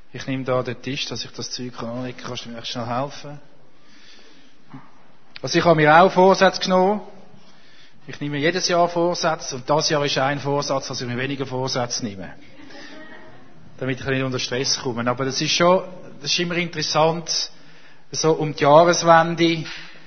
Ich nehme da den Tisch, dass ich das Zeug anlegen kann. Kannst du mir schnell helfen? Also ich habe mir auch Vorsätze genommen. Ich nehme jedes Jahr Vorsätze und das Jahr ist ein Vorsatz, dass ich mir weniger Vorsätze nehme. Damit ich nicht unter Stress komme. Aber das ist immer interessant, so um die Jahreswende,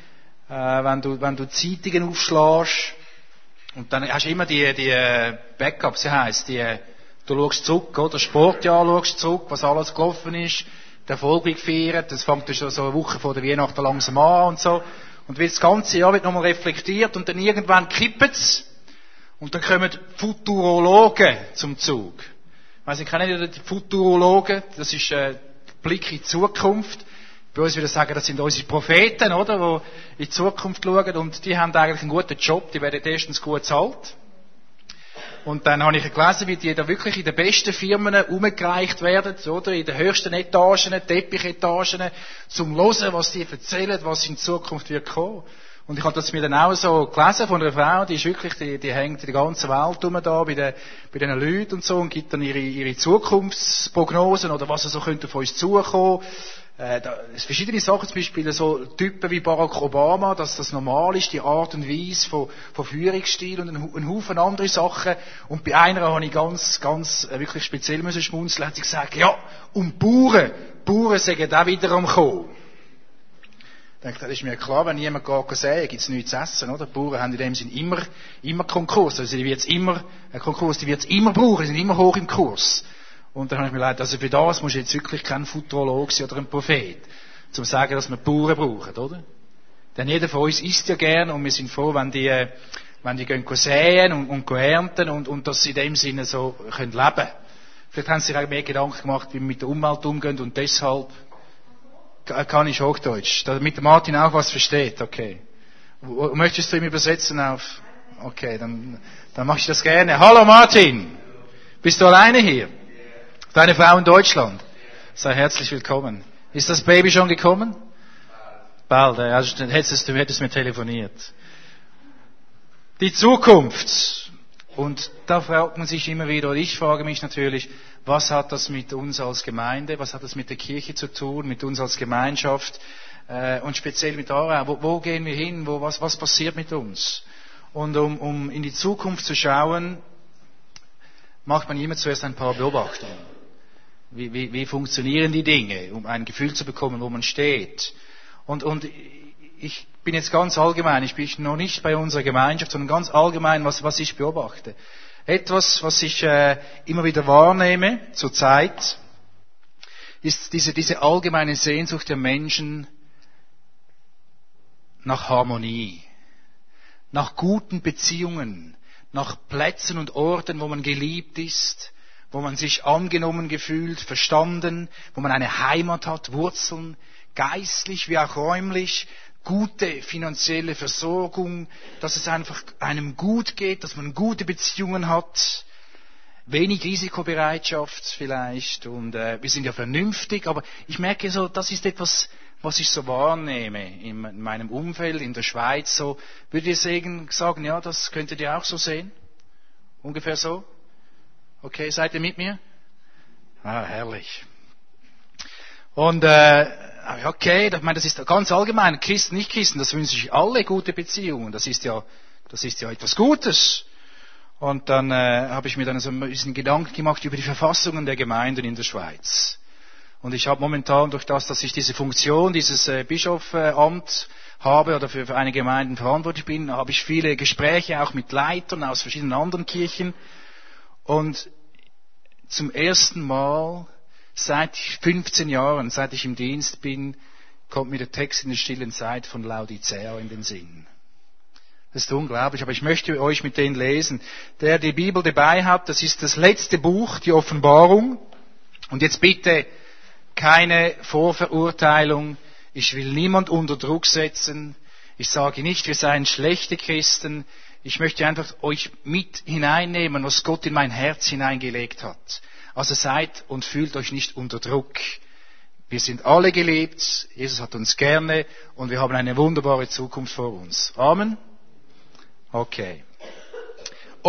wenn du Zeitungen aufschlägst, und dann hast du immer die Backups, du schaust zurück, oder? Das Sportjahr schaust zurück, was alles gelaufen ist, der Erfolg wird gefeiert, das fängt schon so eine Woche vor der Weihnachten langsam an und so. Und das ganze Jahr wird nochmal reflektiert und dann irgendwann kippt's und dann kommen Futurologen zum Zug. Ich kenne die Futurologen, das ist Blick in die Zukunft. Bei uns würde ich sagen, das sind unsere Propheten, oder, die in die Zukunft schauen und die haben eigentlich einen guten Job, die werden erstens gut bezahlt. Und dann habe ich gelesen, wie die da wirklich in den besten Firmen umgereicht werden, oder? In den höchsten Etagen, Teppichetagen, zum Hören, was die erzählen, was in Zukunft wird kommen. Und ich habe das mir dann auch so gelesen von einer Frau, die ist wirklich, die hängt in der ganzen Welt rum da, bei den Leuten und so, und gibt dann ihre Zukunftsprognosen, oder was so könnte auf uns zukommen. Verschiedene Sachen, zum Beispiel so Typen wie Barack Obama, dass das normal ist, die Art und Weise von Führungsstil und ein Haufen andere Sachen. Und bei einer habe ich ganz wirklich speziell müssen schmunzeln, hat sie gesagt, ja, und Bauern sagen auch wieder am Kommen. Ich denke, das ist mir klar, wenn niemand geht säen, gibt es nichts zu essen, oder? Die Bauern haben in dem Sinn immer Konkurs. Also die wird's immer brauchen, die sind immer hoch im Kurs. Und dann habe ich mir gedacht, also für das muss jetzt wirklich kein Futurolog sein oder ein Prophet, zum sagen, dass wir Bauern brauchen, oder? Denn jeder von uns isst ja gern und wir sind froh, wenn die gehen säen und ernten und dass sie in dem Sinne so leben können. Vielleicht haben sie sich auch mehr Gedanken gemacht, wie wir mit der Umwelt umgehen und deshalb kann ich Hochdeutsch, damit der Martin auch was versteht, okay. Möchtest du ihm übersetzen auf, okay, dann mache ich das gerne. Hallo Martin! Bist du alleine hier? Deine Frau in Deutschland. Sei herzlich willkommen. Ist das Baby schon gekommen? Bald. Also du hättest mir telefoniert. Die Zukunft. Und da fragt man sich immer wieder, oder ich frage mich natürlich, was hat das mit uns als Gemeinde, was hat das mit der Kirche zu tun, mit uns als Gemeinschaft und speziell mit Aarau? Wo gehen wir hin? Was passiert mit uns? Und um in die Zukunft zu schauen, macht man immer zuerst ein paar Beobachtungen. Wie funktionieren die Dinge, um ein Gefühl zu bekommen, wo man steht. Und ich bin jetzt ganz allgemein, ich bin noch nicht bei unserer Gemeinschaft, sondern ganz allgemein, was ich beobachte. Etwas, was ich immer wieder wahrnehme zur Zeit, ist diese allgemeine Sehnsucht der Menschen nach Harmonie, nach guten Beziehungen, nach Plätzen und Orten, wo man geliebt ist, wo man sich angenommen gefühlt, verstanden, wo man eine Heimat hat, Wurzeln, geistlich wie auch räumlich, gute finanzielle Versorgung, dass es einfach einem gut geht, dass man gute Beziehungen hat, wenig Risikobereitschaft vielleicht und wir sind ja vernünftig, aber ich merke so, das ist etwas, was ich so wahrnehme in meinem Umfeld, in der Schweiz so. Würdet ihr sagen, ja, das könntet ihr auch so sehen? Ungefähr so? Okay, seid ihr mit mir? Ah, herrlich. Und okay, ich meine, das ist ganz allgemein. Christen, nicht Christen, das wünschen sich alle gute Beziehungen. Das ist ja etwas Gutes. Und dann habe ich mir dann so ein bisschen Gedanken gemacht über die Verfassungen der Gemeinden in der Schweiz. Und ich habe momentan durch das, dass ich diese Funktion, dieses Bischofamt habe oder für einige Gemeinden verantwortlich bin, habe ich viele Gespräche auch mit Leitern aus verschiedenen anderen Kirchen. Und zum ersten Mal seit 15 Jahren, seit ich im Dienst bin, kommt mir der Text in der stillen Zeit von Laodicea in den Sinn. Das ist unglaublich, aber ich möchte euch mit denen lesen. Der die Bibel dabei hat, das ist das letzte Buch, die Offenbarung. Und jetzt bitte keine Vorverurteilung. Ich will niemand unter Druck setzen. Ich sage nicht, wir seien schlechte Christen. Ich möchte einfach euch mit hineinnehmen, was Gott in mein Herz hineingelegt hat. Also seid und fühlt euch nicht unter Druck. Wir sind alle geliebt, Jesus hat uns gerne und wir haben eine wunderbare Zukunft vor uns. Amen? Okay.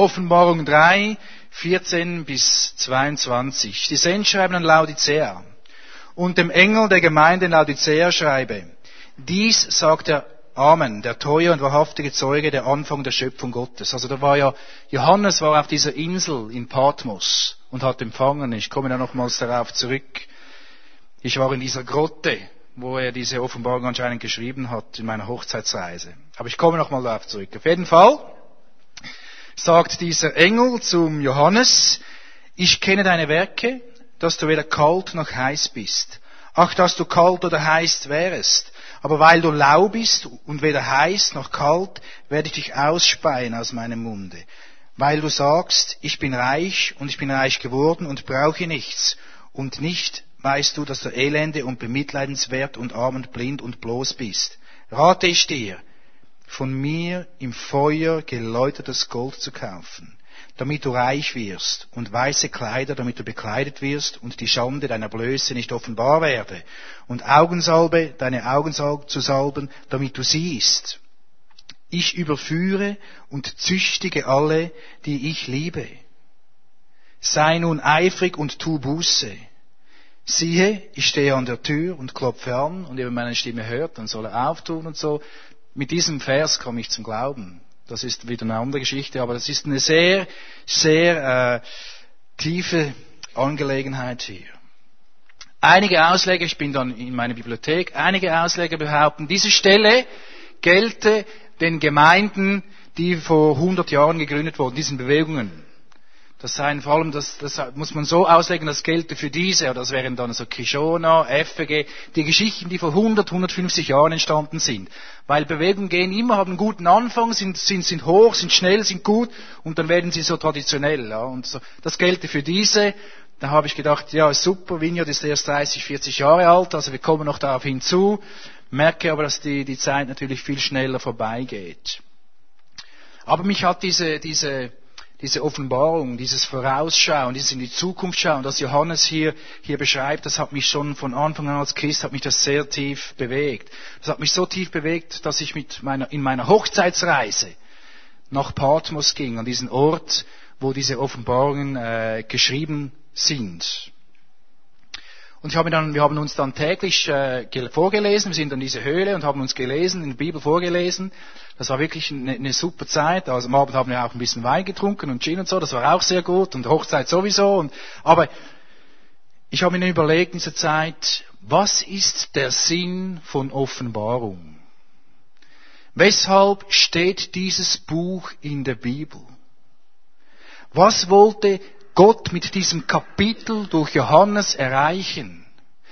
Offenbarung 3, 14 bis 22. Die Sendschreiben an Laodicea. und dem Engel der Gemeinde in Laodicea schreibe: Dies sagt der Amen, der treue und wahrhaftige Zeuge, der Anfang der Schöpfung Gottes. Also da war ja, Johannes war auf dieser Insel in Patmos und hat empfangen. Ich komme da nochmals darauf zurück. Ich war in dieser Grotte, wo er diese Offenbarung anscheinend geschrieben hat, in meiner Hochzeitsreise. Aber ich komme nochmal darauf zurück. Auf jeden Fall sagt dieser Engel zum Johannes: Ich kenne deine Werke, dass du weder kalt noch heiß bist. Ach, dass du kalt oder heiß wärest. Aber weil du lau bist und weder heiß noch kalt, werde ich dich ausspeien aus meinem Munde. Weil du sagst, ich bin reich und ich bin reich geworden und brauche nichts. Und nicht weißt du, dass du elende und bemitleidenswert und arm und blind und bloß bist. Rate ich dir, von mir im Feuer geläutertes Gold zu kaufen, damit du reich wirst, und weiße Kleider, damit du bekleidet wirst und die Schande deiner Blöße nicht offenbar werde, und Augensalbe, deine Augen zu salben, damit du siehst. Ich überführe und züchtige alle, die ich liebe. Sei nun eifrig und tu Buße. Siehe, ich stehe an der Tür und klopfe an, und wer meine Stimme hört, dann soll er auftun und so. Mit diesem Vers komme ich zum Glauben. Das ist wieder eine andere Geschichte, aber das ist eine sehr, sehr tiefe Angelegenheit hier. Einige Ausleger, ich bin dann in meiner Bibliothek, einige Ausleger behaupten, diese Stelle gelte den Gemeinden, die vor 100 Jahren gegründet wurden, diesen Bewegungen. Das seien vor allem, das muss man so auslegen, das gelte für diese, oder das wären dann so Krishona, FG, die Geschichten, die vor 100, 150 Jahren entstanden sind. Weil Bewegungen gehen immer, haben einen guten Anfang, sind hoch, sind schnell, sind gut, und dann werden sie so traditionell. Ja, und so, das gelte für diese. Da habe ich gedacht, ja super, Vineyard ist erst 30, 40 Jahre alt, also wir kommen noch darauf hinzu. Merke aber, dass die Zeit natürlich viel schneller vorbeigeht. Aber mich hat diese Offenbarung, dieses Vorausschauen, dieses in die Zukunft schauen, das Johannes hier beschreibt, das hat mich schon von Anfang an als Christ, hat mich das sehr tief bewegt. Das hat mich so tief bewegt, dass ich in meiner Hochzeitsreise nach Patmos ging, an diesen Ort, wo diese Offenbarungen geschrieben sind. Und wir haben uns dann täglich vorgelesen, wir sind an diese Höhle und haben uns gelesen, in der Bibel vorgelesen. Das war wirklich eine super Zeit. Also am Abend haben wir auch ein bisschen Wein getrunken und Gin und so, das war auch sehr gut, und Hochzeit sowieso. Aber ich habe mir überlegt in dieser Zeit, was ist der Sinn von Offenbarung? Weshalb steht dieses Buch in der Bibel? Was wollte Gott mit diesem Kapitel durch Johannes erreichen?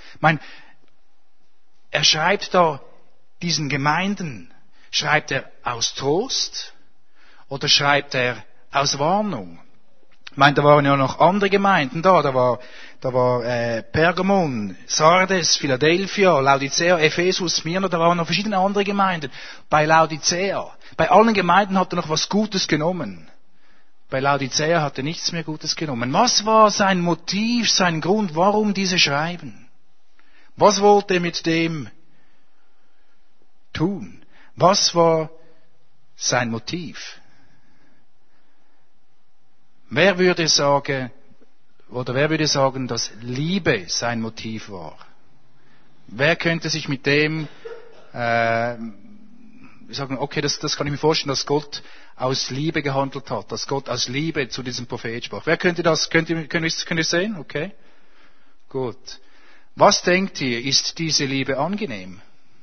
Er schreibt da diesen Gemeinden, schreibt er aus Trost oder schreibt er aus Warnung? Da waren ja noch andere Gemeinden da. Da war Pergamon, Sardes, Philadelphia, Laodicea, Ephesus, Smyrna, da waren noch verschiedene andere Gemeinden. Bei Laodicea, bei allen Gemeinden hat er noch was Gutes genommen. Bei Laodicea hat er nichts mehr Gutes genommen. Was war sein Motiv, sein Grund, warum diese Schreiben? Was wollte er mit dem tun? Was war sein Motiv? Wer würde sagen, dass Liebe sein Motiv war? Wer könnte sich mit dem sagen, okay, das kann ich mir vorstellen, dass Gott aus Liebe gehandelt hat, dass Gott aus Liebe zu diesem Prophet sprach. Wer könnte das, könnt ihr sehen? Okay. Gut. Was denkt ihr, ist diese Liebe angenehm?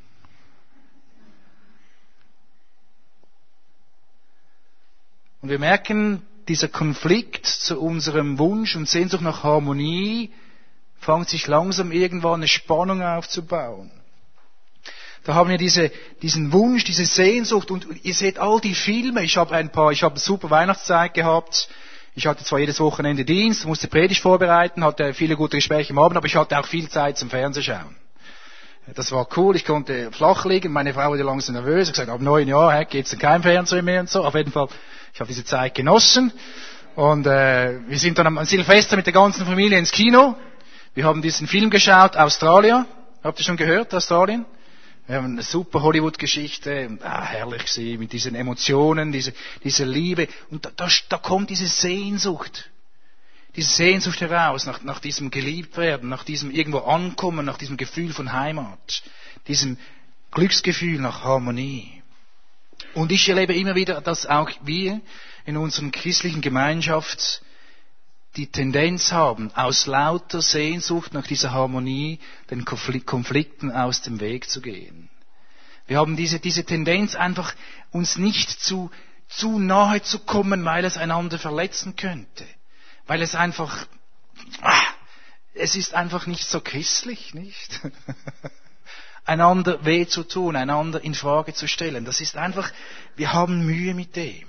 Und wir merken, dieser Konflikt zu unserem Wunsch und Sehnsucht nach Harmonie fängt sich langsam irgendwann eine Spannung aufzubauen. Da haben wir diesen Wunsch, diese Sehnsucht, und ihr seht all die Filme. Ich habe eine super Weihnachtszeit gehabt. Ich hatte zwar jedes Wochenende Dienst, musste Predigt vorbereiten, hatte viele gute Gespräche am Abend, aber ich hatte auch viel Zeit zum Fernsehschauen. Das war cool, ich konnte flach liegen, meine Frau wurde langsam nervös, ich gesagt, ab 9 Jahren geht's dann kein Fernsehen mehr und so. Auf jeden Fall, ich habe diese Zeit genossen. Und wir sind dann am Silvester mit der ganzen Familie ins Kino. Wir haben diesen Film geschaut, Australien. Habt ihr schon gehört, Australien? Wir haben eine super Hollywood-Geschichte, herrlich sie mit diesen Emotionen, diese Liebe. Und da kommt diese Sehnsucht. diese Sehnsucht heraus nach diesem Geliebtwerden, nach diesem irgendwo Ankommen, nach diesem Gefühl von Heimat, diesem Glücksgefühl nach Harmonie. Und ich erlebe immer wieder, dass auch wir in unseren christlichen Gemeinschaften die Tendenz haben, aus lauter Sehnsucht nach dieser Harmonie den Konflikten aus dem Weg zu gehen. Wir haben diese Tendenz einfach, uns nicht zu nahe zu kommen, weil es einander verletzen könnte. Weil es einfach, es ist einfach nicht so christlich, nicht? Einander weh zu tun, einander in Frage zu stellen. Das ist einfach, wir haben Mühe mit dem.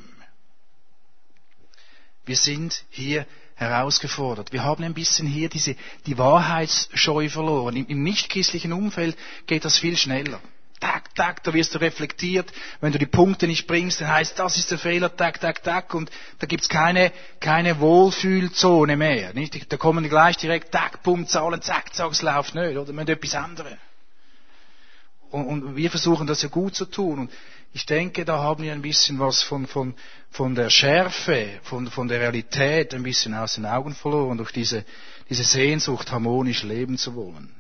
Wir sind hier herausgefordert. Wir haben ein bisschen hier die Wahrheitsscheu verloren. Im nichtchristlichen Umfeld geht das viel schneller. Tack, tack, da wirst du reflektiert. Wenn du die Punkte nicht bringst, dann heißt, das ist der Fehler, tack, tack, tack. Und da gibt's keine Wohlfühlzone mehr. Nicht? Da kommen die gleich direkt, tack, Punkt, Zahlen, zack, zack, es läuft nicht. Oder mit etwas anderes. Und wir versuchen das ja gut zu tun. Und ich denke, da haben wir ein bisschen was von der Schärfe, von der Realität ein bisschen aus den Augen verloren, durch diese Sehnsucht, harmonisch leben zu wollen.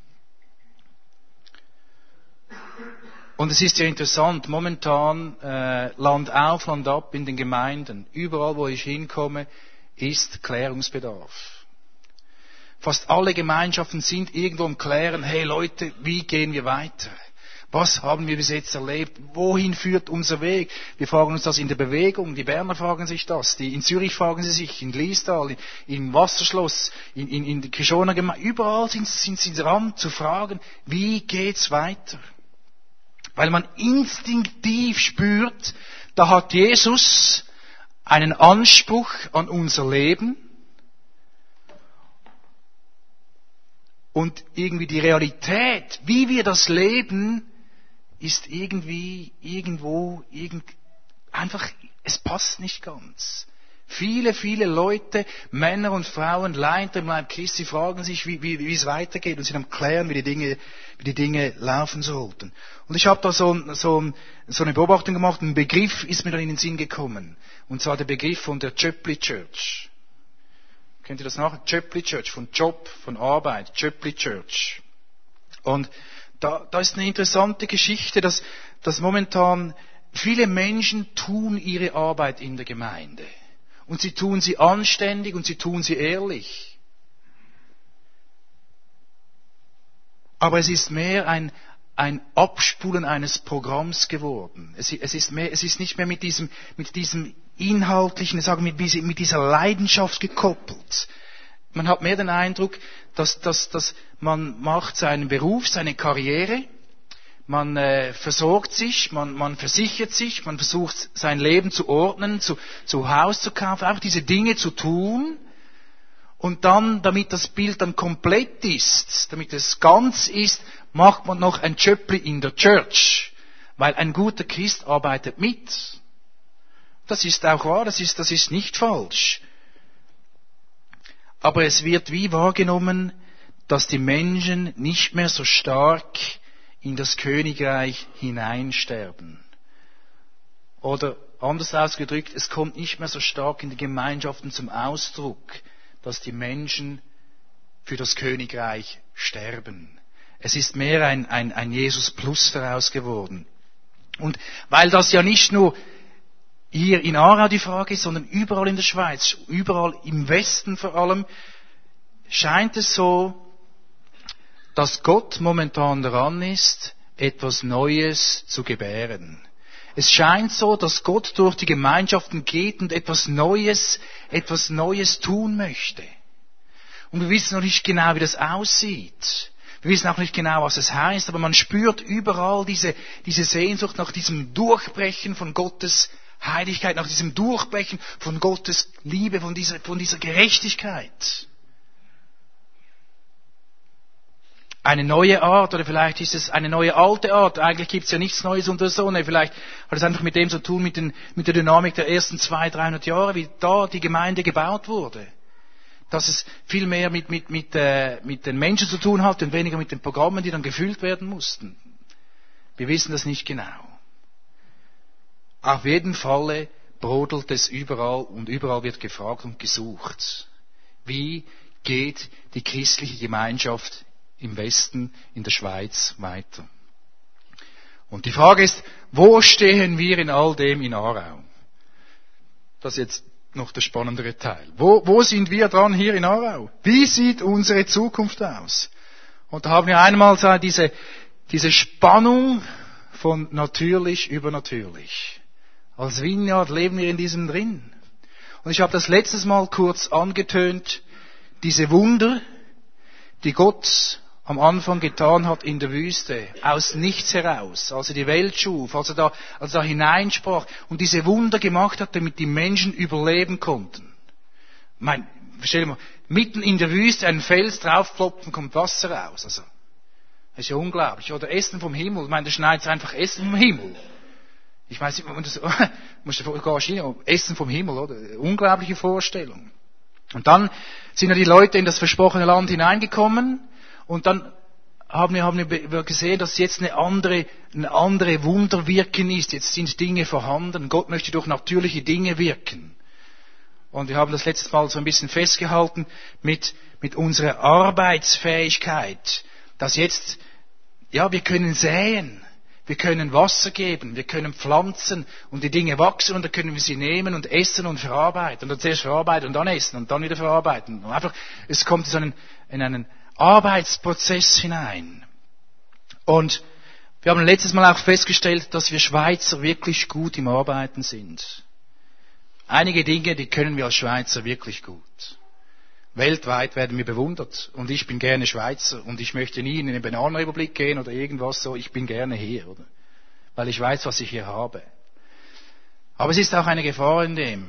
Und es ist ja interessant, momentan Land auf, Land ab in den Gemeinden, überall wo ich hinkomme, ist Klärungsbedarf. Fast alle Gemeinschaften sind irgendwo am Klären, hey Leute, wie gehen wir weiter? Was haben wir bis jetzt erlebt? Wohin führt unser Weg? Wir fragen uns das in der Bewegung, die Berner fragen sich das, in Zürich fragen sie sich, in Liestal, im Wasserschloss, in der Krischoner Gemeinde, überall sind sie dran zu fragen, wie geht's weiter? Weil man instinktiv spürt, da hat Jesus einen Anspruch an unser Leben und irgendwie die Realität, wie wir das leben, ist einfach, es passt nicht ganz. Viele Leute, Männer und Frauen, Leiter im Leib Christi, fragen sich, wie es weitergeht und sind am Klären, wie die Dinge laufen sollten. Und ich habe da so eine Beobachtung gemacht, ein Begriff ist mir dann in den Sinn gekommen. Und zwar der Begriff von der Chöpli Church. Kennt ihr das nach? Chöpli Church, von Job, von Arbeit, Chöpli Church. Und da ist eine interessante Geschichte, dass momentan viele Menschen tun ihre Arbeit in der Gemeinde. Und sie tun sie anständig und sie tun sie ehrlich. Aber es ist mehr ein Abspulen eines Programms geworden. Es ist nicht mehr mit diesem inhaltlichen, sagen wir, mit dieser Leidenschaft gekoppelt. Man hat mehr den Eindruck, dass man macht seinen Beruf, seine Karriere, man versorgt sich, man versichert sich, man versucht sein Leben zu ordnen, zu Haus zu kaufen, einfach diese Dinge zu tun. Und dann, damit das Bild dann komplett ist, damit es ganz ist, macht man noch ein Chöpli in der Church. Weil ein guter Christ arbeitet mit. Das ist auch wahr, das ist nicht falsch. Aber es wird wie wahrgenommen, dass die Menschen nicht mehr so stark in das Königreich hineinsterben. Oder anders ausgedrückt, es kommt nicht mehr so stark in den Gemeinschaften zum Ausdruck, dass die Menschen für das Königreich sterben. Es ist mehr ein Jesus Plus daraus geworden. Und weil das ja nicht nur hier in Aarau die Frage ist, sondern überall in der Schweiz, überall im Westen vor allem, scheint es so, dass Gott momentan daran ist, etwas Neues zu gebären. Es scheint so, dass Gott durch die Gemeinschaften geht und etwas Neues tun möchte. Und wir wissen noch nicht genau, wie das aussieht. Wir wissen auch nicht genau, was es heißt, aber man spürt überall diese Sehnsucht nach diesem Durchbrechen von Gottes Heiligkeit, nach diesem Durchbrechen von Gottes Liebe, von dieser Gerechtigkeit. Eine neue Art, oder vielleicht ist es eine neue alte Art. Eigentlich gibt es ja nichts Neues unter der Sonne. Vielleicht hat es einfach mit dem zu tun, mit der Dynamik der ersten 200-300 Jahre, wie da die Gemeinde gebaut wurde. Dass es viel mehr mit den Menschen zu tun hat und weniger mit den Programmen, die dann gefüllt werden mussten. Wir wissen das nicht genau. Auf jeden Falle brodelt es überall und überall wird gefragt und gesucht. Wie geht die christliche Gemeinschaft im Westen, in der Schweiz weiter? Und die Frage ist, wo stehen wir in all dem in Aarau? Das ist jetzt noch der spannendere Teil. Wo sind wir dran hier in Aarau? Wie sieht unsere Zukunft aus? Und da haben wir einmal so diese Spannung von natürlich über natürlich. Als Vineyard leben wir in diesem drin. Und ich habe das letztes Mal kurz angetönt, diese Wunder, die Gott am Anfang getan hat in der Wüste, aus nichts heraus, als er die Welt schuf, als er da hineinsprach und diese Wunder gemacht hat, damit die Menschen überleben konnten. Stell dir mal, mitten in der Wüste ein Fels draufploppen, kommt Wasser raus. Also, das ist ja unglaublich. Oder Essen vom Himmel. Da schneit einfach Essen vom Himmel. Ich weiß nicht, musst du Essen vom Himmel, oder? Unglaubliche Vorstellung. Und dann sind ja die Leute in das versprochene Land hineingekommen und dann haben wir gesehen, dass jetzt eine andere Wunderwirken ist. Jetzt sind Dinge vorhanden. Gott möchte durch natürliche Dinge wirken. Und wir haben das letztes Mal so ein bisschen festgehalten mit unserer Arbeitsfähigkeit, dass jetzt, ja, wir können säen. Wir können Wasser geben, wir können pflanzen und die Dinge wachsen und dann können wir sie nehmen und essen und verarbeiten. Und dann zuerst verarbeiten und dann essen und dann wieder verarbeiten. Und einfach, es kommt in einen Arbeitsprozess hinein. Und wir haben letztes Mal auch festgestellt, dass wir Schweizer wirklich gut im Arbeiten sind. Einige Dinge, die können wir als Schweizer wirklich gut. Weltweit werden wir bewundert. Und ich bin gerne Schweizer. Und ich möchte nie in eine Bananenrepublik gehen oder irgendwas so. Ich bin gerne hier, oder? Weil ich weiß, was ich hier habe. Aber es ist auch eine Gefahr in dem.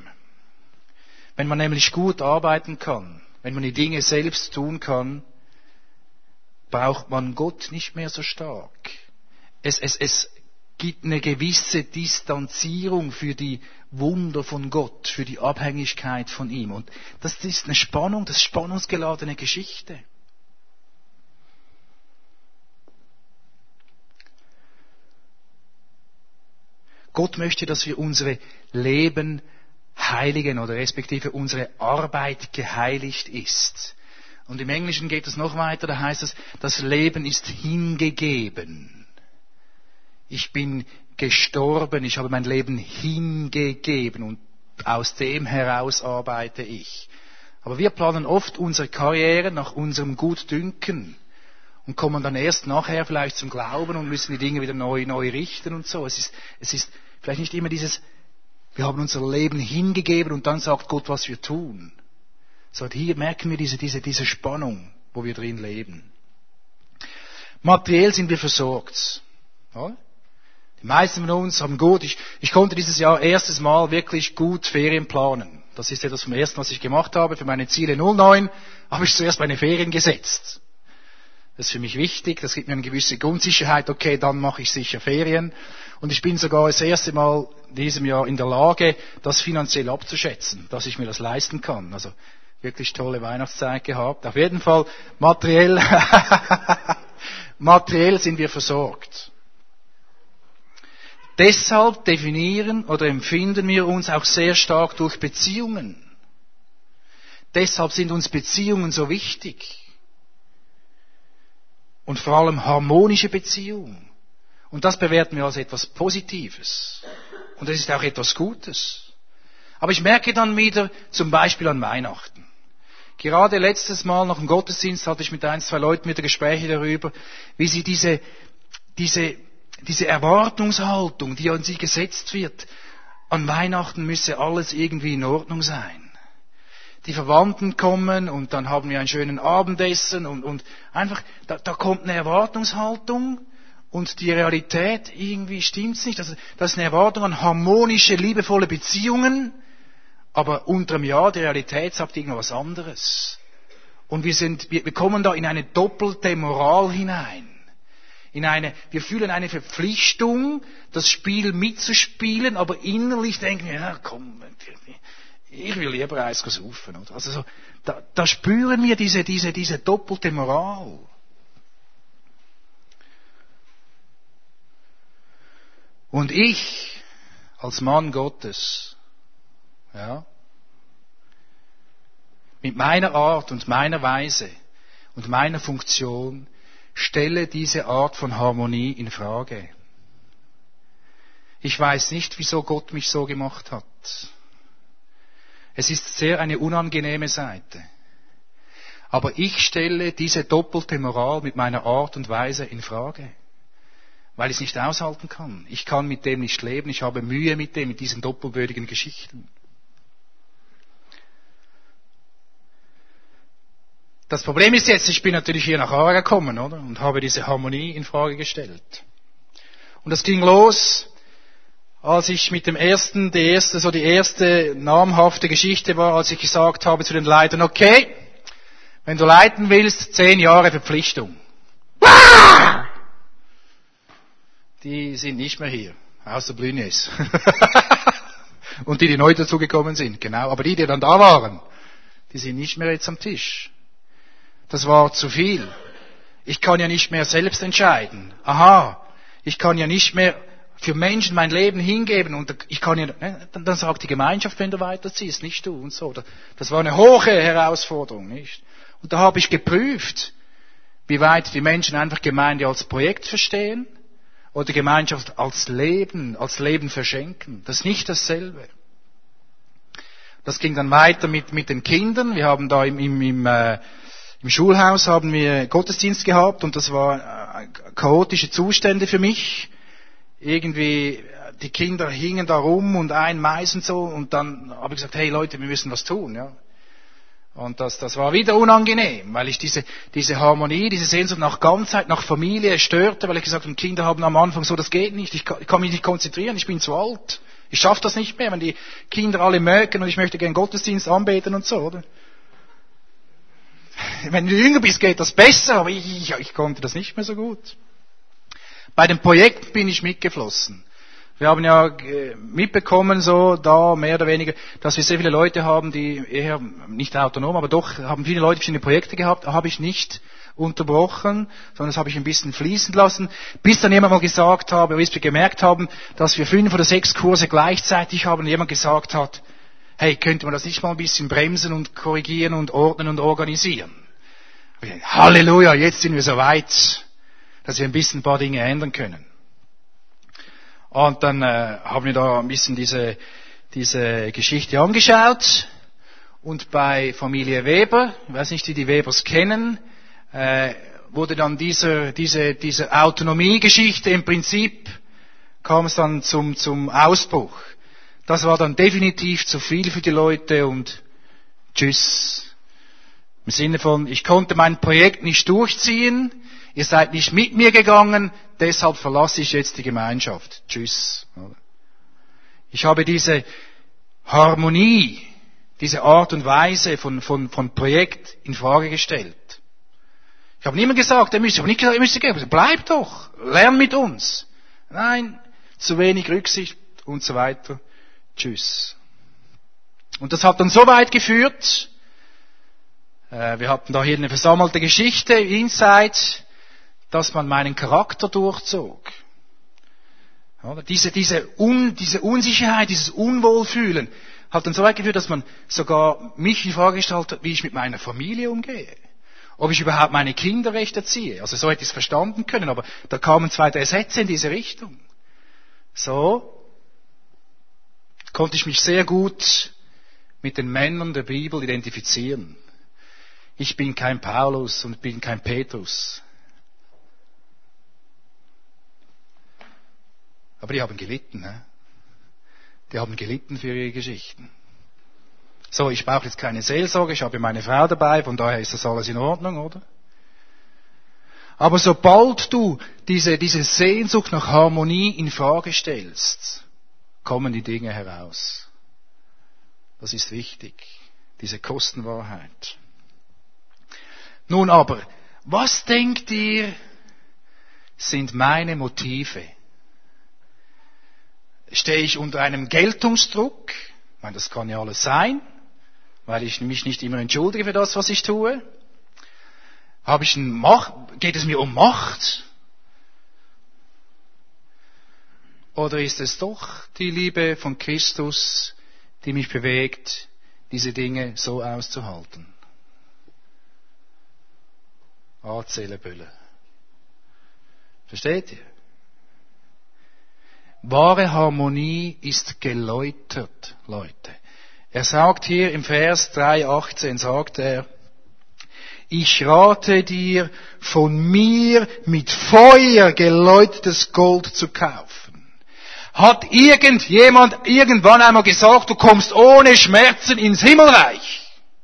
Wenn man nämlich gut arbeiten kann, wenn man die Dinge selbst tun kann, braucht man Gott nicht mehr so stark. Es gibt eine gewisse Distanzierung für die Wunder von Gott, für die Abhängigkeit von ihm. Und das ist eine Spannung, das ist spannungsgeladene Geschichte. Gott möchte, dass wir unsere Leben heiligen oder respektive unsere Arbeit geheiligt ist. Und im Englischen geht es noch weiter, da heißt es, das Leben ist hingegeben. Ich bin gestorben, ich habe mein Leben hingegeben und aus dem heraus arbeite ich. Aber wir planen oft unsere Karriere nach unserem Gutdünken und kommen dann erst nachher vielleicht zum Glauben und müssen die Dinge wieder neu richten und so. Es ist vielleicht nicht immer dieses, wir haben unser Leben hingegeben und dann sagt Gott, was wir tun. So, hier merken wir diese Spannung, wo wir drin leben. Materiell sind wir versorgt. Ja? Die meisten von uns haben gut, ich konnte dieses Jahr erstes Mal wirklich gut Ferien planen. Das ist etwas vom ersten, was ich gemacht habe. Für meine Ziele 09 habe ich zuerst meine Ferien gesetzt. Das ist für mich wichtig, das gibt mir eine gewisse Grundsicherheit. Okay, dann mache ich sicher Ferien. Und ich bin sogar das erste Mal in diesem Jahr in der Lage, das finanziell abzuschätzen, dass ich mir das leisten kann. Also wirklich tolle Weihnachtszeit gehabt. Auf jeden Fall materiell sind wir versorgt. Deshalb definieren oder empfinden wir uns auch sehr stark durch Beziehungen. Deshalb sind uns Beziehungen so wichtig. Und vor allem harmonische Beziehungen. Und das bewerten wir als etwas Positives. Und das ist auch etwas Gutes. Aber ich merke dann wieder, zum Beispiel an Weihnachten. Gerade letztes Mal nach dem Gottesdienst hatte ich mit 1, 2 Leuten wieder Gespräche darüber, wie sie diese Erwartungshaltung, die an sie gesetzt wird, an Weihnachten müsse alles irgendwie in Ordnung sein. Die Verwandten kommen und dann haben wir einen schönen Abendessen und einfach, da kommt eine Erwartungshaltung und die Realität irgendwie stimmt's nicht. Das ist eine Erwartung an harmonische, liebevolle Beziehungen, aber unterm Jahr die Realität sagt irgendwas anderes. Und wir kommen da in eine doppelte Moral hinein. Wir fühlen eine Verpflichtung, das Spiel mitzuspielen, aber innerlich denken wir, ja, komm, ich will lieber eins saufen. Oder? Also so, da spüren wir diese doppelte Moral. Und ich, als Mann Gottes, ja, mit meiner Art und meiner Weise und meiner Funktion stelle diese Art von Harmonie in Frage. Ich weiß nicht, wieso Gott mich so gemacht hat. Es ist sehr eine unangenehme Seite. Aber ich stelle diese doppelte Moral mit meiner Art und Weise in Frage, weil ich es nicht aushalten kann. Ich kann mit dem nicht leben, ich habe Mühe mit diesen doppelbödigen Geschichten. Das Problem ist jetzt, ich bin natürlich hier nach Aarau gekommen, oder? Und habe diese Harmonie in Frage gestellt. Und das ging los, als ich mit dem die erste namhafte Geschichte war, als ich gesagt habe zu den Leitern, okay, wenn du leiten willst, 10 Jahre Verpflichtung. Die sind nicht mehr hier, außer Blünjes. Und die neu dazugekommen sind, genau. Aber die dann da waren, die sind nicht mehr jetzt am Tisch. Das war zu viel. Ich kann ja nicht mehr selbst entscheiden. Aha, ich kann ja nicht mehr für Menschen mein Leben hingeben und ich kann ja, dann sagt die Gemeinschaft, wenn du weiterziehst, nicht du und so. Das war eine hohe Herausforderung, nicht? Und da habe ich geprüft, wie weit die Menschen einfach Gemeinde als Projekt verstehen oder Gemeinschaft als Leben verschenken. Das ist nicht dasselbe. Das ging dann weiter mit den Kindern. Wir haben da im Schulhaus haben wir Gottesdienst gehabt und das war chaotische Zustände für mich. Irgendwie, die Kinder hingen da rum und ein Mais und so und dann habe ich gesagt, hey Leute, wir müssen was tun, ja. Und das war wieder unangenehm, weil ich diese Harmonie, diese Sehnsucht nach Ganzheit, nach Familie störte, weil ich gesagt habe, Kinder haben am Anfang so, das geht nicht, ich kann mich nicht konzentrieren, ich bin zu alt. Ich schaffe das nicht mehr, wenn die Kinder alle mögen und ich möchte gern Gottesdienst anbeten und so, oder? Wenn du jünger bist, geht das besser, aber ich konnte das nicht mehr so gut. Bei dem Projekt bin ich mitgeflossen. Wir haben ja mitbekommen, so da mehr oder weniger, dass wir sehr viele Leute haben, die eher nicht autonom, aber doch haben viele Leute verschiedene Projekte gehabt, habe ich nicht unterbrochen, sondern das habe ich ein bisschen fließen lassen, bis dann jemand mal gesagt habe, bis wir gemerkt haben, dass wir 5 oder 6 Kurse gleichzeitig haben und jemand gesagt hat, hey, könnte man das nicht mal ein bisschen bremsen und korrigieren und ordnen und organisieren? Halleluja, jetzt sind wir so weit, dass wir ein paar Dinge ändern können. Und dann haben wir da ein bisschen diese Geschichte angeschaut. Und bei Familie Weber, ich weiß nicht, wie die Webers kennen, wurde dann diese Autonomiegeschichte im Prinzip, kam es dann zum Ausbruch. Das war dann definitiv zu viel für die Leute und tschüss. Im Sinne von, ich konnte mein Projekt nicht durchziehen, ihr seid nicht mit mir gegangen, deshalb verlasse ich jetzt die Gemeinschaft. Tschüss. Ich habe diese Harmonie, diese Art und Weise von Projekt in Frage gestellt. Ich habe niemand gesagt, ich habe nicht gesagt, ihr müsst gehen. Bleib doch, lern mit uns. Nein, zu wenig Rücksicht und so weiter. Tschüss. Und das hat dann so weit geführt, wir hatten da hier eine versammelte Geschichte, Inside, dass man meinen Charakter durchzog. Diese Unsicherheit, dieses Unwohlfühlen hat dann so weit geführt, dass man sogar mich in Frage gestellt hat, wie ich mit meiner Familie umgehe. Ob ich überhaupt meine Kinder recht erziehe. Also so hätte ich es verstanden können, aber da kamen 2, 3 Sätze in diese Richtung. So konnte ich mich sehr gut mit den Männern der Bibel identifizieren. Ich bin kein Paulus und bin kein Petrus. Aber die haben gelitten. Ne? Die haben gelitten für ihre Geschichten. So, ich brauche jetzt keine Seelsorge, ich habe meine Frau dabei, von daher ist das alles in Ordnung, oder? Aber sobald du diese Sehnsucht nach Harmonie in Frage stellst, kommen die Dinge heraus. Das ist wichtig, diese Kostenwahrheit. Nun aber, was denkt ihr, sind meine Motive? Stehe ich unter einem Geltungsdruck? Ich meine, das kann ja alles sein, weil ich mich nicht immer entschuldige für das, was ich tue. Geht es mir um Macht? Oder ist es doch die Liebe von Christus, die mich bewegt, diese Dinge so auszuhalten? anzählen wollen. Versteht ihr? Wahre Harmonie ist geläutert, Leute. Er sagt hier im Vers 3,18, sagt er, ich rate dir, von mir mit Feuer geläutertes Gold zu kaufen. Hat irgendjemand irgendwann einmal gesagt, du kommst ohne Schmerzen ins Himmelreich?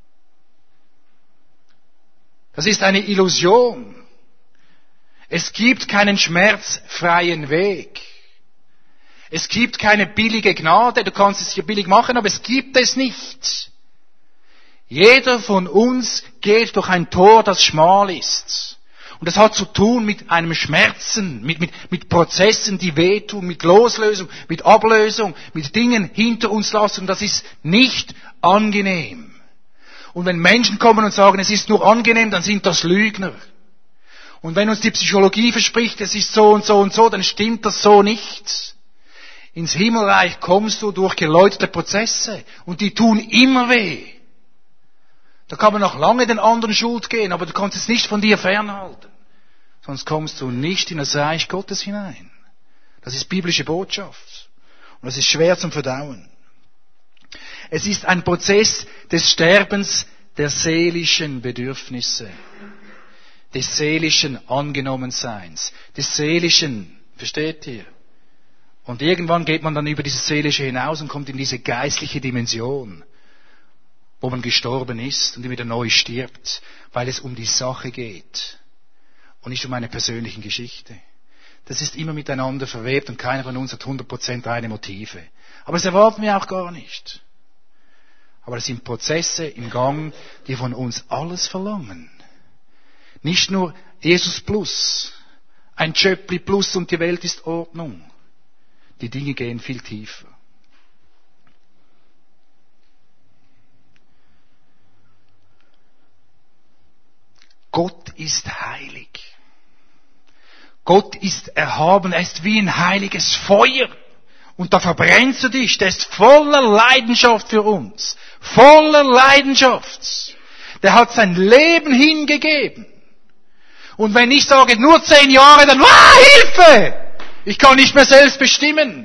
Das ist eine Illusion. Es gibt keinen schmerzfreien Weg. Es gibt keine billige Gnade, du kannst es hier billig machen, aber es gibt es nicht. Jeder von uns geht durch ein Tor, das schmal ist. Und das hat zu tun mit einem Schmerzen, mit Prozessen, die wehtun, mit Loslösung, mit Ablösung, mit Dingen hinter uns lassen. Und das ist nicht angenehm. Und wenn Menschen kommen und sagen, es ist nur angenehm, dann sind das Lügner. Und wenn uns die Psychologie verspricht, es ist so und so und so, dann stimmt das so nicht. Ins Himmelreich kommst du durch geläuterte Prozesse und die tun immer weh. Da kann man noch lange den anderen Schuld gehen, aber du kannst es nicht von dir fernhalten. Sonst kommst du nicht in das Reich Gottes hinein. Das ist biblische Botschaft. Und das ist schwer zum Verdauen. Es ist ein Prozess des Sterbens der seelischen Bedürfnisse, des seelischen Angenommenseins, des seelischen, versteht ihr? Und irgendwann geht man dann über dieses Seelische hinaus und kommt in diese geistliche Dimension, wo man gestorben ist und wieder neu stirbt, weil es um die Sache geht und nicht um eine persönliche Geschichte. Das ist immer miteinander verwebt und keiner von uns hat 100% reine Motive. Aber das erwarten wir auch gar nicht. Aber es sind Prozesse im Gang, die von uns alles verlangen. Nicht nur Jesus plus, ein Tschöppli plus und die Welt ist Ordnung. Die Dinge gehen viel tiefer. Gott ist heilig. Gott ist erhaben. Er ist wie ein heiliges Feuer. Und da verbrennst du dich. Der ist voller Leidenschaft für uns. Voller Leidenschaft. Der hat sein Leben hingegeben. Und wenn ich sage, nur 10 Jahre, dann, Hilfe! Ich kann nicht mehr selbst bestimmen.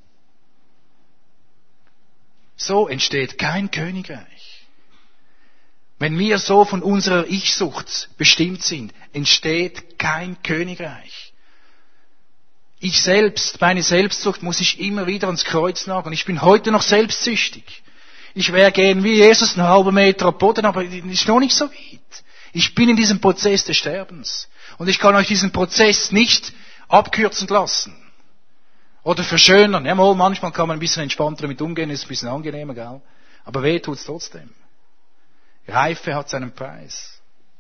So entsteht kein Königreich. Wenn wir so von unserer Ich-Sucht bestimmt sind, entsteht kein Königreich. Ich selbst, meine Selbstsucht muss ich immer wieder ans Kreuz nageln. Ich bin heute noch selbstsüchtig. Ich wäre gern wie Jesus einen halben Meter am Boden, aber es ist noch nicht so weit. Ich bin in diesem Prozess des Sterbens. Und ich kann euch diesen Prozess nicht abkürzen lassen. Oder verschönern. Ja, manchmal kann man ein bisschen entspannter damit umgehen, ist ein bisschen angenehmer, gell? Aber weh tut's trotzdem. Reife hat seinen Preis.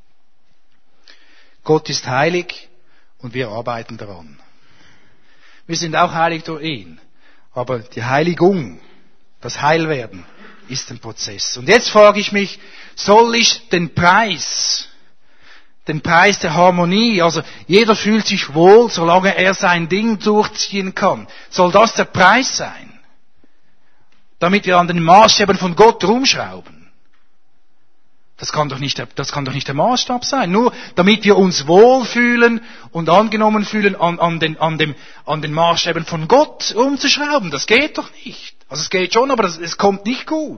Gott ist heilig und wir arbeiten daran. Wir sind auch heilig durch ihn. Aber die Heiligung, das Heilwerden, ist ein Prozess. Und jetzt frage ich mich, soll ich den Preis der Harmonie, also jeder fühlt sich wohl, solange er sein Ding durchziehen kann. Soll das der Preis sein? Damit wir an den Maßstäben von Gott rumschrauben. Das kann doch nicht der Maßstab sein. Nur damit wir uns wohlfühlen und angenommen fühlen, an den Maßstäben von Gott rumzuschrauben. Das geht doch nicht. Also es geht schon, aber es kommt nicht gut.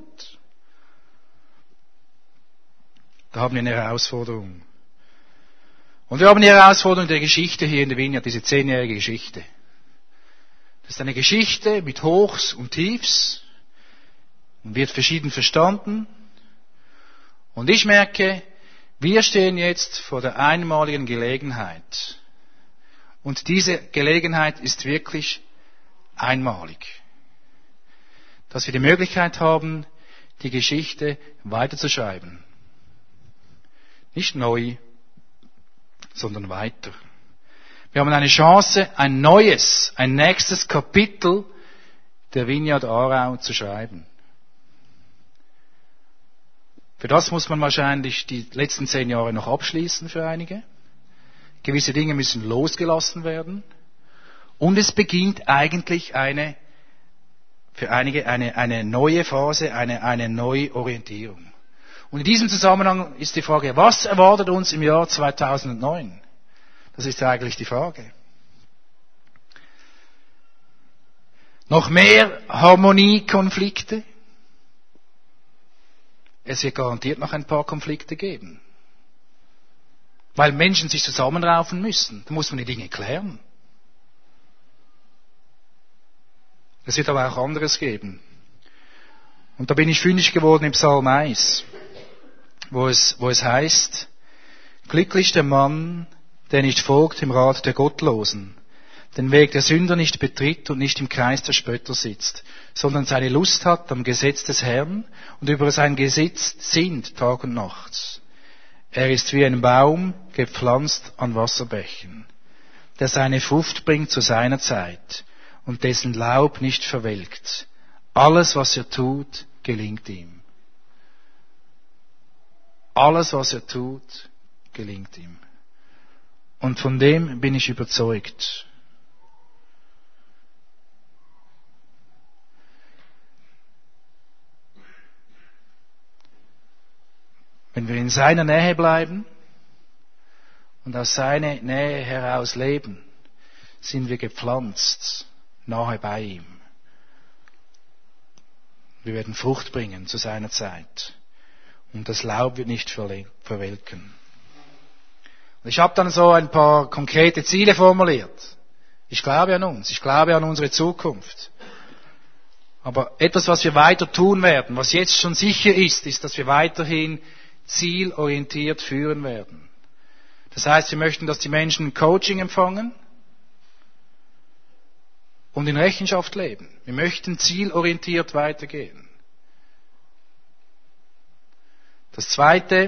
Da haben wir eine Herausforderung. Und wir haben die Herausforderung der Geschichte hier in der Vineyard, diese 10-jährige Geschichte. Das ist eine Geschichte mit Hochs und Tiefs und wird verschieden verstanden. Und ich merke, wir stehen jetzt vor der einmaligen Gelegenheit. Und diese Gelegenheit ist wirklich einmalig. Dass wir die Möglichkeit haben, die Geschichte weiterzuschreiben. Nicht neu, sondern weiter. Wir haben eine Chance, ein nächstes Kapitel der Vineyard Aarau zu schreiben. Für das muss man wahrscheinlich die letzten 10 Jahre noch abschließen für einige. Gewisse Dinge müssen losgelassen werden. Und es beginnt eigentlich für einige eine neue Phase, eine Neuorientierung. Und in diesem Zusammenhang ist die Frage, was erwartet uns im Jahr 2009? Das ist ja eigentlich die Frage. Noch mehr Harmoniekonflikte? Es wird garantiert noch ein paar Konflikte geben. Weil Menschen sich zusammenraufen müssen. Da muss man die Dinge klären. Es wird aber auch anderes geben. Und da bin ich fündig geworden im Psalm 1, wo es heißt, glücklich der Mann, der nicht folgt dem Rat der Gottlosen, den Weg der Sünder nicht betritt und nicht im Kreis der Spötter sitzt, sondern seine Lust hat am Gesetz des Herrn und über sein Gesetz sinnt Tag und Nacht. Er ist wie ein Baum, gepflanzt an Wasserbächen, der seine Frucht bringt zu seiner Zeit und dessen Laub nicht verwelkt. Alles, was er tut, gelingt ihm. Alles, was er tut, gelingt ihm. Und von dem bin ich überzeugt. Wenn wir in seiner Nähe bleiben und aus seiner Nähe heraus leben, sind wir gepflanzt nahe bei ihm. Wir werden Frucht bringen zu seiner Zeit. Und das Laub wird nicht verwelken. Und ich habe dann so ein paar konkrete Ziele formuliert. Ich glaube an uns, ich glaube an unsere Zukunft. Aber etwas, was wir weiter tun werden, was jetzt schon sicher ist, ist, dass wir weiterhin zielorientiert führen werden. Das heißt, wir möchten, dass die Menschen Coaching empfangen und in Rechenschaft leben. Wir möchten zielorientiert weitergehen. Das Zweite,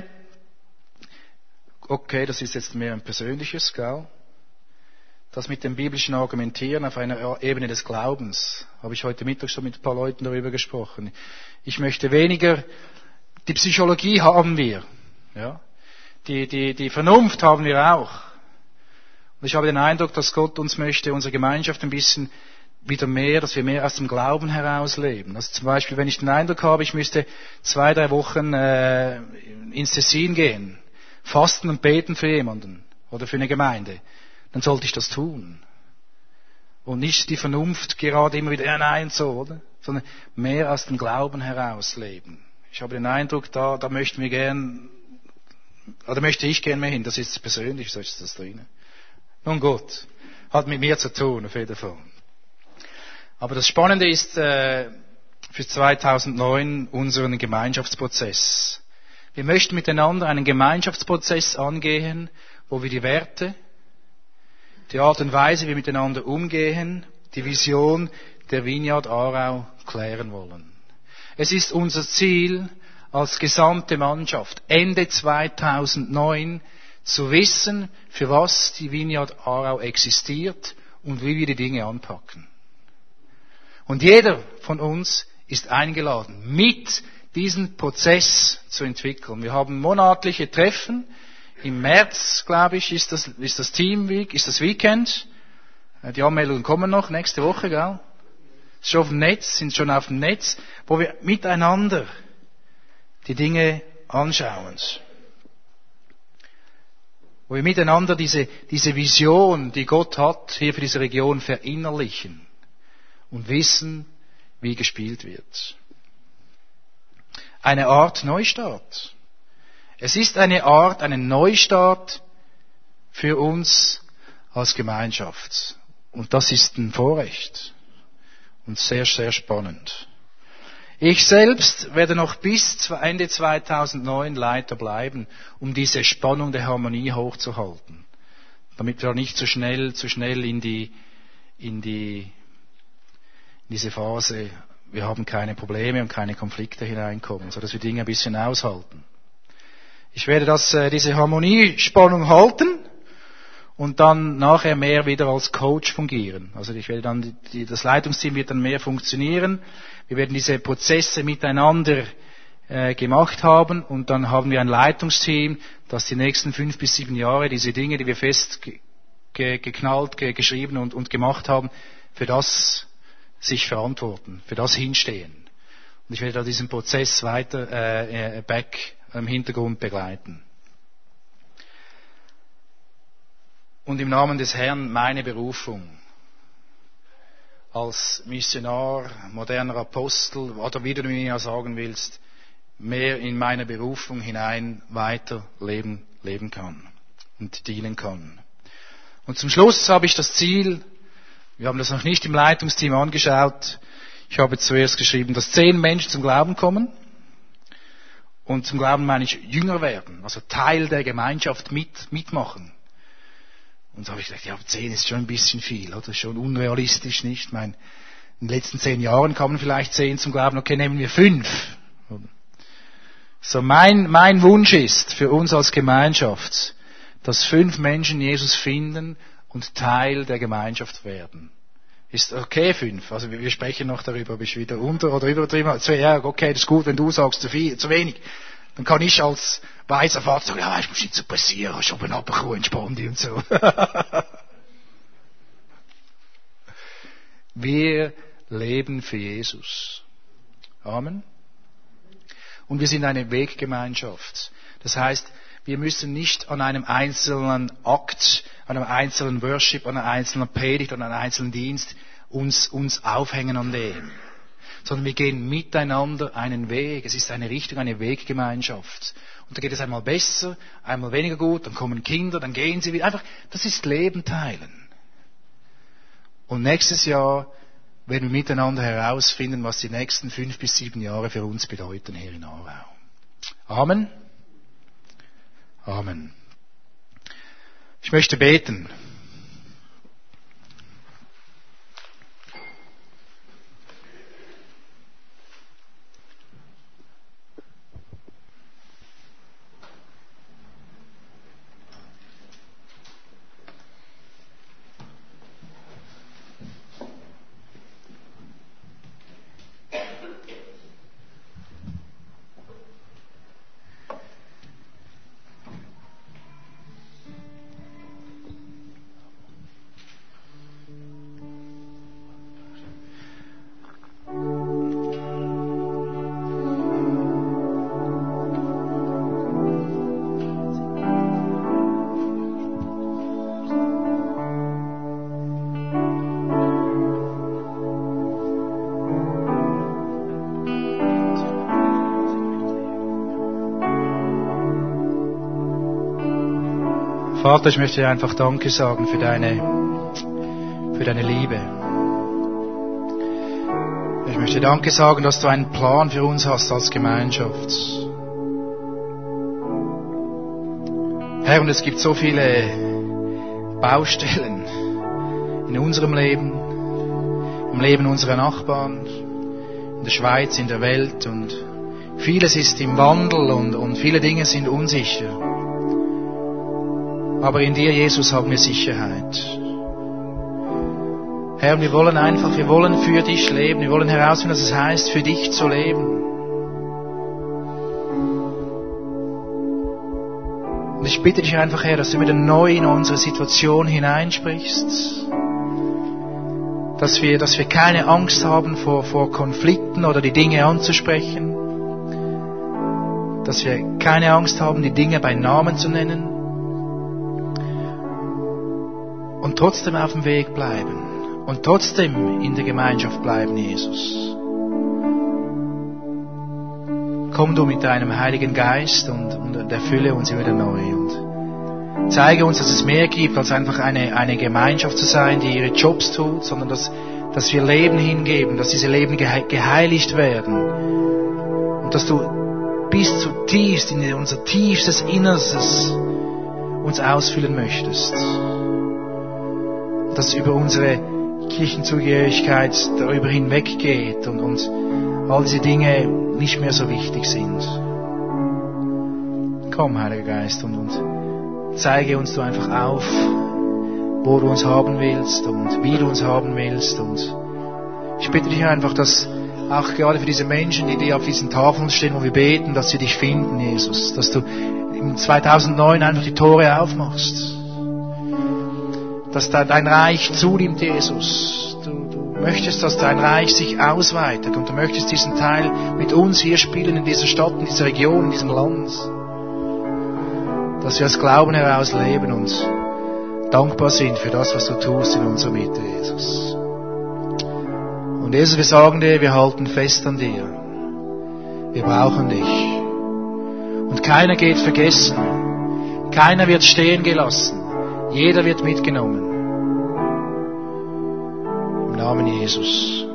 okay, das ist jetzt mehr ein persönliches, gell? Das mit dem biblischen Argumentieren auf einer Ebene des Glaubens, habe ich heute Mittag schon mit ein paar Leuten darüber gesprochen. Ich möchte weniger, die Psychologie haben wir, ja? Die Vernunft haben wir auch. Und ich habe den Eindruck, dass Gott uns möchte, unsere Gemeinschaft ein bisschen wieder mehr, dass wir mehr aus dem Glauben heraus leben. Also zum Beispiel, wenn ich den Eindruck habe, ich müsste 2-3 Wochen ins Tessin gehen, fasten und beten für jemanden oder für eine Gemeinde, dann sollte ich das tun. Und nicht die Vernunft gerade immer wieder, ja nein, so, oder? Sondern mehr aus dem Glauben heraus leben. Ich habe den Eindruck, da möchten wir gern, oder möchte ich gern mehr hin, das ist persönlich, so ist das drin. Nun gut, hat mit mir zu tun, auf jeden Fall. Aber das Spannende ist für 2009 unseren Gemeinschaftsprozess. Wir möchten miteinander einen Gemeinschaftsprozess angehen, wo wir die Werte, die Art und Weise, wie wir miteinander umgehen, die Vision der Vineyard Aarau klären wollen. Es ist unser Ziel als gesamte Mannschaft, Ende 2009 zu wissen, für was die Vineyard Aarau existiert und wie wir die Dinge anpacken. Und jeder von uns ist eingeladen, mit diesen Prozess zu entwickeln. Wir haben monatliche Treffen. Im März, glaube ich, ist das Team Week, ist das Weekend. Die Anmeldungen kommen noch nächste Woche, gell? Ist schon auf dem Netz, sind schon auf dem Netz, wo wir miteinander die Dinge anschauen. Wo wir miteinander diese Vision, die Gott hat, hier für diese Region verinnerlichen und wissen, wie gespielt wird. Eine Art Neustart. Es ist eine Art, einen Neustart für uns als Gemeinschaft. Und das ist ein Vorrecht. Und sehr, sehr spannend. Ich selbst werde noch bis Ende 2009 Leiter bleiben, um diese Spannung der Harmonie hochzuhalten. Damit wir nicht zu schnell in diese Phase, wir haben keine Probleme und keine Konflikte hineinkommen, sodass wir Dinge ein bisschen aushalten. Ich werde diese Harmoniespannung halten und dann nachher mehr wieder als Coach fungieren. Also ich werde dann, das Leitungsteam wird dann mehr funktionieren. Wir werden diese Prozesse miteinander gemacht haben und dann haben wir ein Leitungsteam, das die nächsten 5 bis 7 Jahre diese Dinge, die wir fest geknallt, geschrieben und gemacht haben, für das sich verantworten, für das hinstehen. Und ich werde da diesen Prozess weiter im Hintergrund begleiten. Und im Namen des Herrn meine Berufung als Missionar, moderner Apostel, oder wie du mir ja sagen willst, mehr in meine Berufung hinein weiter leben kann und dienen kann. Und zum Schluss habe ich das Ziel, wir haben das noch nicht im Leitungsteam angeschaut, ich habe zuerst geschrieben, dass 10 Menschen zum Glauben kommen. Und zum Glauben meine ich Jünger werden, also Teil der Gemeinschaft mitmachen. Und so habe ich gedacht, ja, 10 ist schon ein bisschen viel, oder? Schon unrealistisch, nicht? Ich meine, in den letzten 10 Jahren kamen vielleicht 10 zum Glauben, okay, nehmen wir 5. So, mein Wunsch ist für uns als Gemeinschaft, dass 5 Menschen Jesus finden und Teil der Gemeinschaft werden. Ist okay 5? Also wir sprechen noch darüber, ob ich wieder unter oder übertrieben habe. Ja, okay, das ist gut, wenn du sagst zu wenig. Dann kann ich als weiser Vater sagen, ja, ich muss nicht so passieren, schon oben runterkommen, entspann dich und so. Wir leben für Jesus. Amen. Und wir sind eine Weggemeinschaft. Das heißt, wir müssen nicht an einem einzelnen Akt, an einem einzelnen Worship, an einer einzelnen Predigt, an einem einzelnen Dienst uns aufhängen an dem. Sondern wir gehen miteinander einen Weg. Es ist eine Richtung, eine Weggemeinschaft. Und da geht es einmal besser, einmal weniger gut, dann kommen Kinder, dann gehen sie wieder. Einfach, das ist Leben teilen. Und nächstes Jahr werden wir miteinander herausfinden, was die nächsten 5 bis 7 Jahre für uns bedeuten hier in Aarau. Amen. Amen. Ich möchte beten. Vater, ich möchte dir einfach Danke sagen für deine Liebe. Ich möchte Danke sagen, dass du einen Plan für uns hast als Gemeinschaft. Herr, und es gibt so viele Baustellen in unserem Leben, im Leben unserer Nachbarn, in der Schweiz, in der Welt, und vieles ist im Wandel und viele Dinge sind unsicher. Aber in dir, Jesus, haben wir Sicherheit. Herr, wir wollen für dich leben. Wir wollen herausfinden, was es heißt, für dich zu leben. Und ich bitte dich einfach, Herr, dass du wieder neu in unsere Situation hineinsprichst. Dass wir keine Angst haben vor Konflikten oder die Dinge anzusprechen. Dass wir keine Angst haben, die Dinge bei Namen zu nennen. Und trotzdem auf dem Weg bleiben. Und trotzdem in der Gemeinschaft bleiben, Jesus. Komm du mit deinem Heiligen Geist und erfülle uns wieder neu. Und zeige uns, dass es mehr gibt, als einfach eine Gemeinschaft zu sein, die ihre Jobs tut, sondern dass wir Leben hingeben, dass diese Leben geheiligt werden. Und dass du bis zutiefst in unser tiefstes Innerstes uns ausfüllen möchtest. Dass über unsere Kirchenzugehörigkeit darüber hinweggeht und all diese Dinge nicht mehr so wichtig sind. Komm, Heiliger Geist, und zeige uns du einfach auf, wo du uns haben willst und wie du uns haben willst. Und ich bitte dich einfach, dass auch gerade für diese Menschen, die auf diesen Tafeln stehen, wo wir beten, dass sie dich finden, Jesus. Dass du im 2009 einfach die Tore aufmachst. Dass da dein Reich zunimmt, Jesus. Du möchtest, dass dein Reich sich ausweitet und du möchtest diesen Teil mit uns hier spielen in dieser Stadt, in dieser Region, in diesem Land. Dass wir aus Glauben heraus leben und dankbar sind für das, was du tust in unserer Mitte, Jesus. Und Jesus, wir sagen dir, wir halten fest an dir. Wir brauchen dich. Und keiner geht vergessen. Keiner wird stehen gelassen. Jeder wird mitgenommen. Im Namen Jesus.